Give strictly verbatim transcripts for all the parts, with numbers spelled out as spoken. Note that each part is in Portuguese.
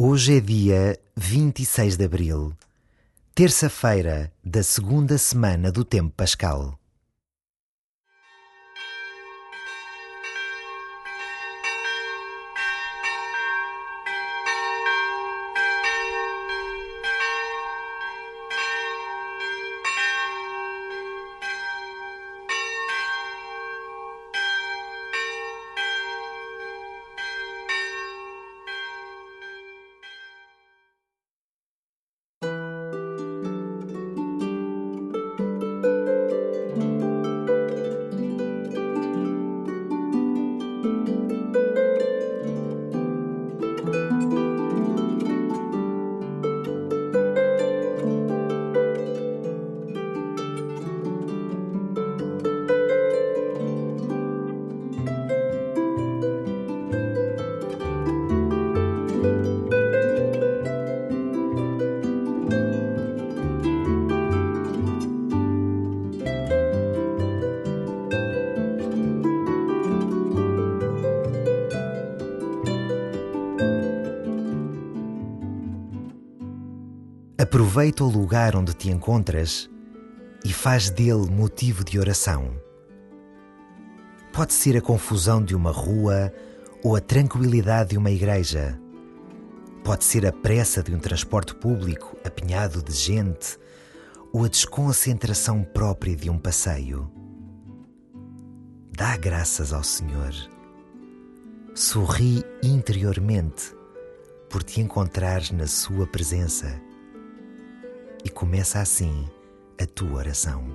Hoje é dia vinte e seis de abril, terça-feira da segunda semana do tempo pascal. Aproveita o lugar onde te encontras e faz dele motivo de oração. Pode ser a confusão de uma rua ou a tranquilidade de uma igreja. Pode ser a pressa de um transporte público apinhado de gente ou a desconcentração própria de um passeio. Dá graças ao Senhor. Sorri interiormente por te encontrares na sua presença. E começa assim a tua oração.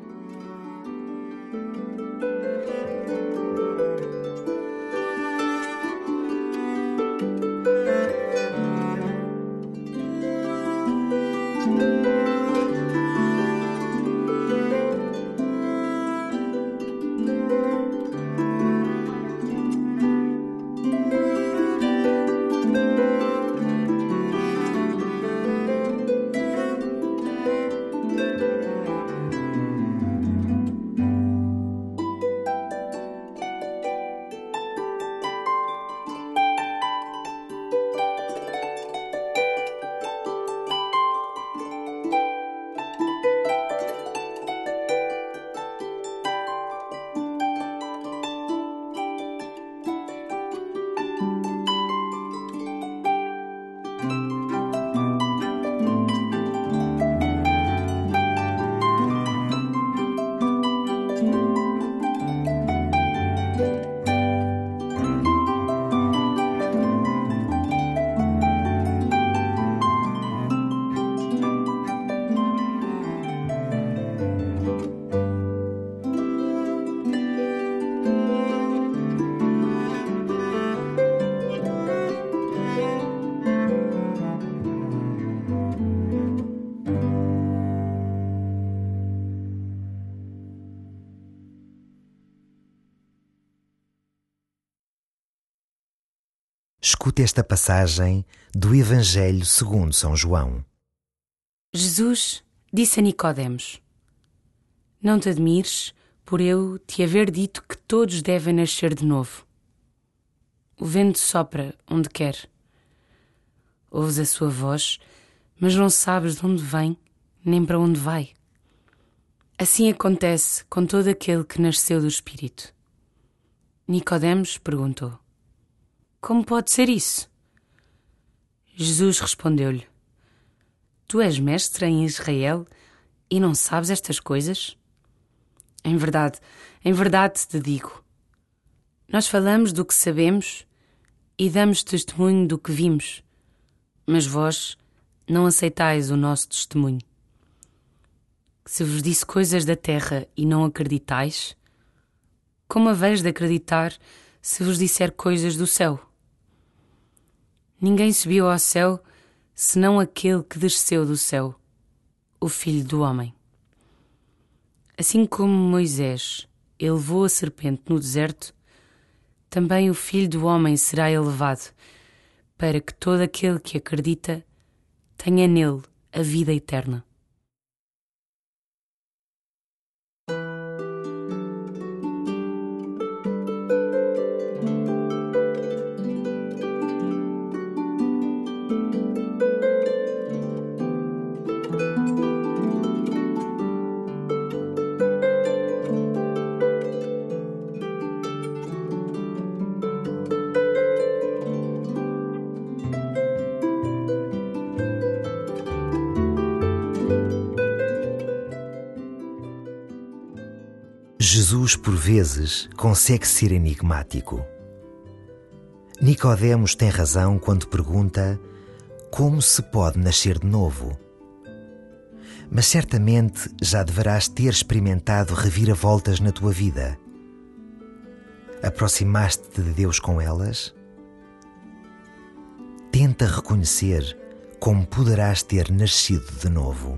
Escute esta passagem do Evangelho segundo São João. Jesus disse a Nicodemos: Não te admires por eu te haver dito que todos devem nascer de novo. O vento sopra onde quer. Ouves a sua voz, mas não sabes de onde vem nem para onde vai. Assim acontece com todo aquele que nasceu do Espírito. Nicodemos perguntou: Como pode ser isso? Jesus respondeu-lhe: Tu és mestre em Israel e não sabes estas coisas? Em verdade, em verdade te digo, nós falamos do que sabemos e damos testemunho do que vimos, mas vós não aceitais o nosso testemunho. Se vos disse coisas da terra e não acreditais, como haveis de acreditar se vos disser coisas do céu? Ninguém subiu ao céu, senão aquele que desceu do céu, o Filho do Homem. Assim como Moisés elevou a serpente no deserto, também o Filho do Homem será elevado, para que todo aquele que acredita tenha nele a vida eterna. Jesus, por vezes, consegue ser enigmático. Nicodemos tem razão quando pergunta como se pode nascer de novo. Mas certamente já deverás ter experimentado reviravoltas na tua vida. Aproximaste-te de Deus com elas? Tenta reconhecer como poderás ter nascido de novo.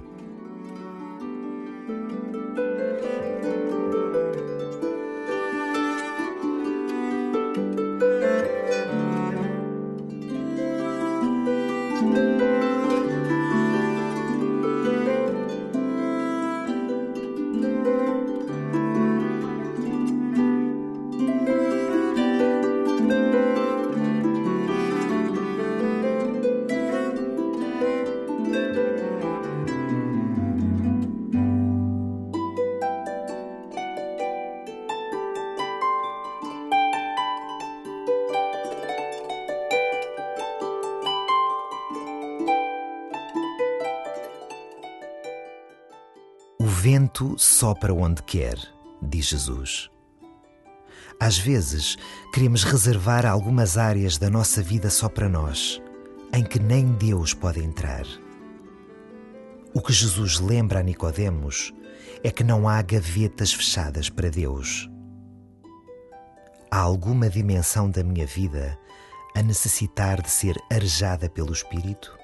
O vento sopra onde quer, diz Jesus. Às vezes, queremos reservar algumas áreas da nossa vida só para nós, em que nem Deus pode entrar. O que Jesus lembra a Nicodemos é que não há gavetas fechadas para Deus. Há alguma dimensão da minha vida a necessitar de ser arejada pelo Espírito?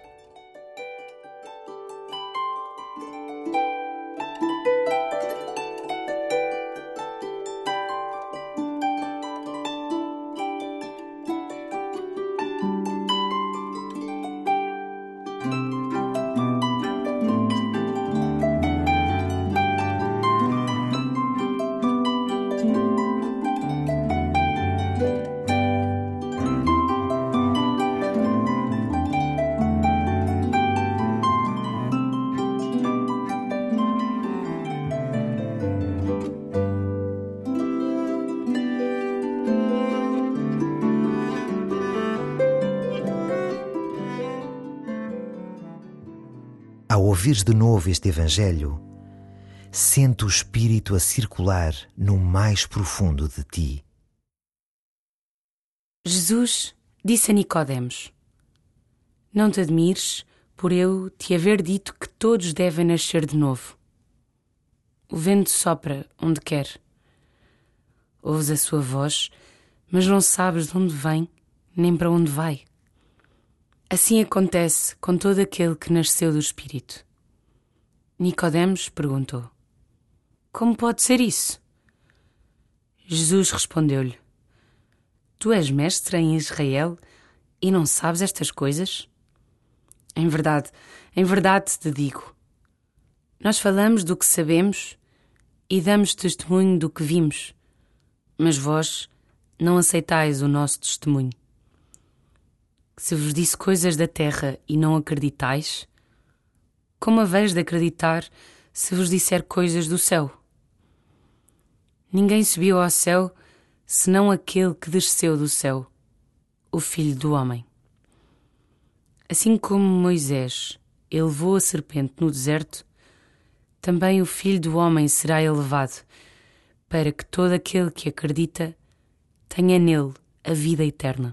Ao ouvires de novo este Evangelho, sente o Espírito a circular no mais profundo de ti. Jesus disse a Nicodemos: Não te admires por eu te haver dito que todos devem nascer de novo. O vento sopra onde quer. Ouves a sua voz, mas não sabes de onde vem nem para onde vai. Assim acontece com todo aquele que nasceu do Espírito. Nicodemos perguntou: Como pode ser isso? Jesus respondeu-lhe: Tu és mestre em Israel e não sabes estas coisas? Em verdade, em verdade te digo, nós falamos do que sabemos e damos testemunho do que vimos, mas vós não aceitais o nosso testemunho. Se vos disse coisas da terra e não acreditais, como haveis de acreditar se vos disser coisas do céu? Ninguém subiu ao céu senão aquele que desceu do céu, o Filho do Homem. Assim como Moisés elevou a serpente no deserto, também o Filho do Homem será elevado, para que todo aquele que acredita tenha nele a vida eterna.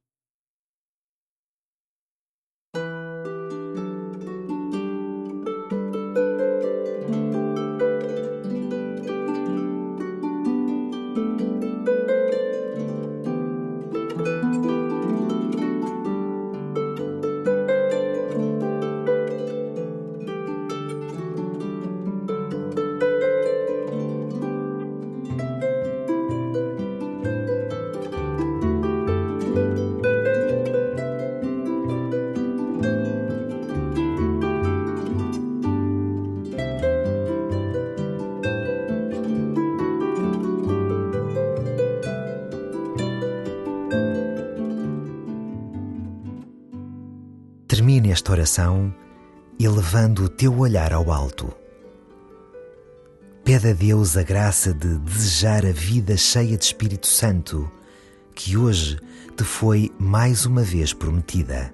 Termine esta oração elevando o teu olhar ao alto. Pede a Deus a graça de desejar a vida cheia de Espírito Santo, que hoje te foi mais uma vez prometida.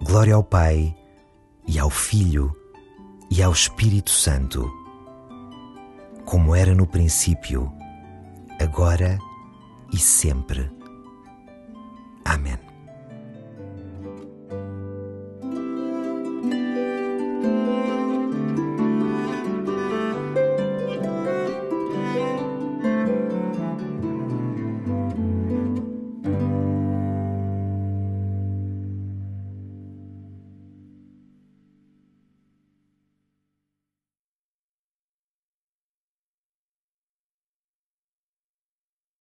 Glória ao Pai, e ao Filho, e ao Espírito Santo, como era no princípio, agora e sempre. Amém.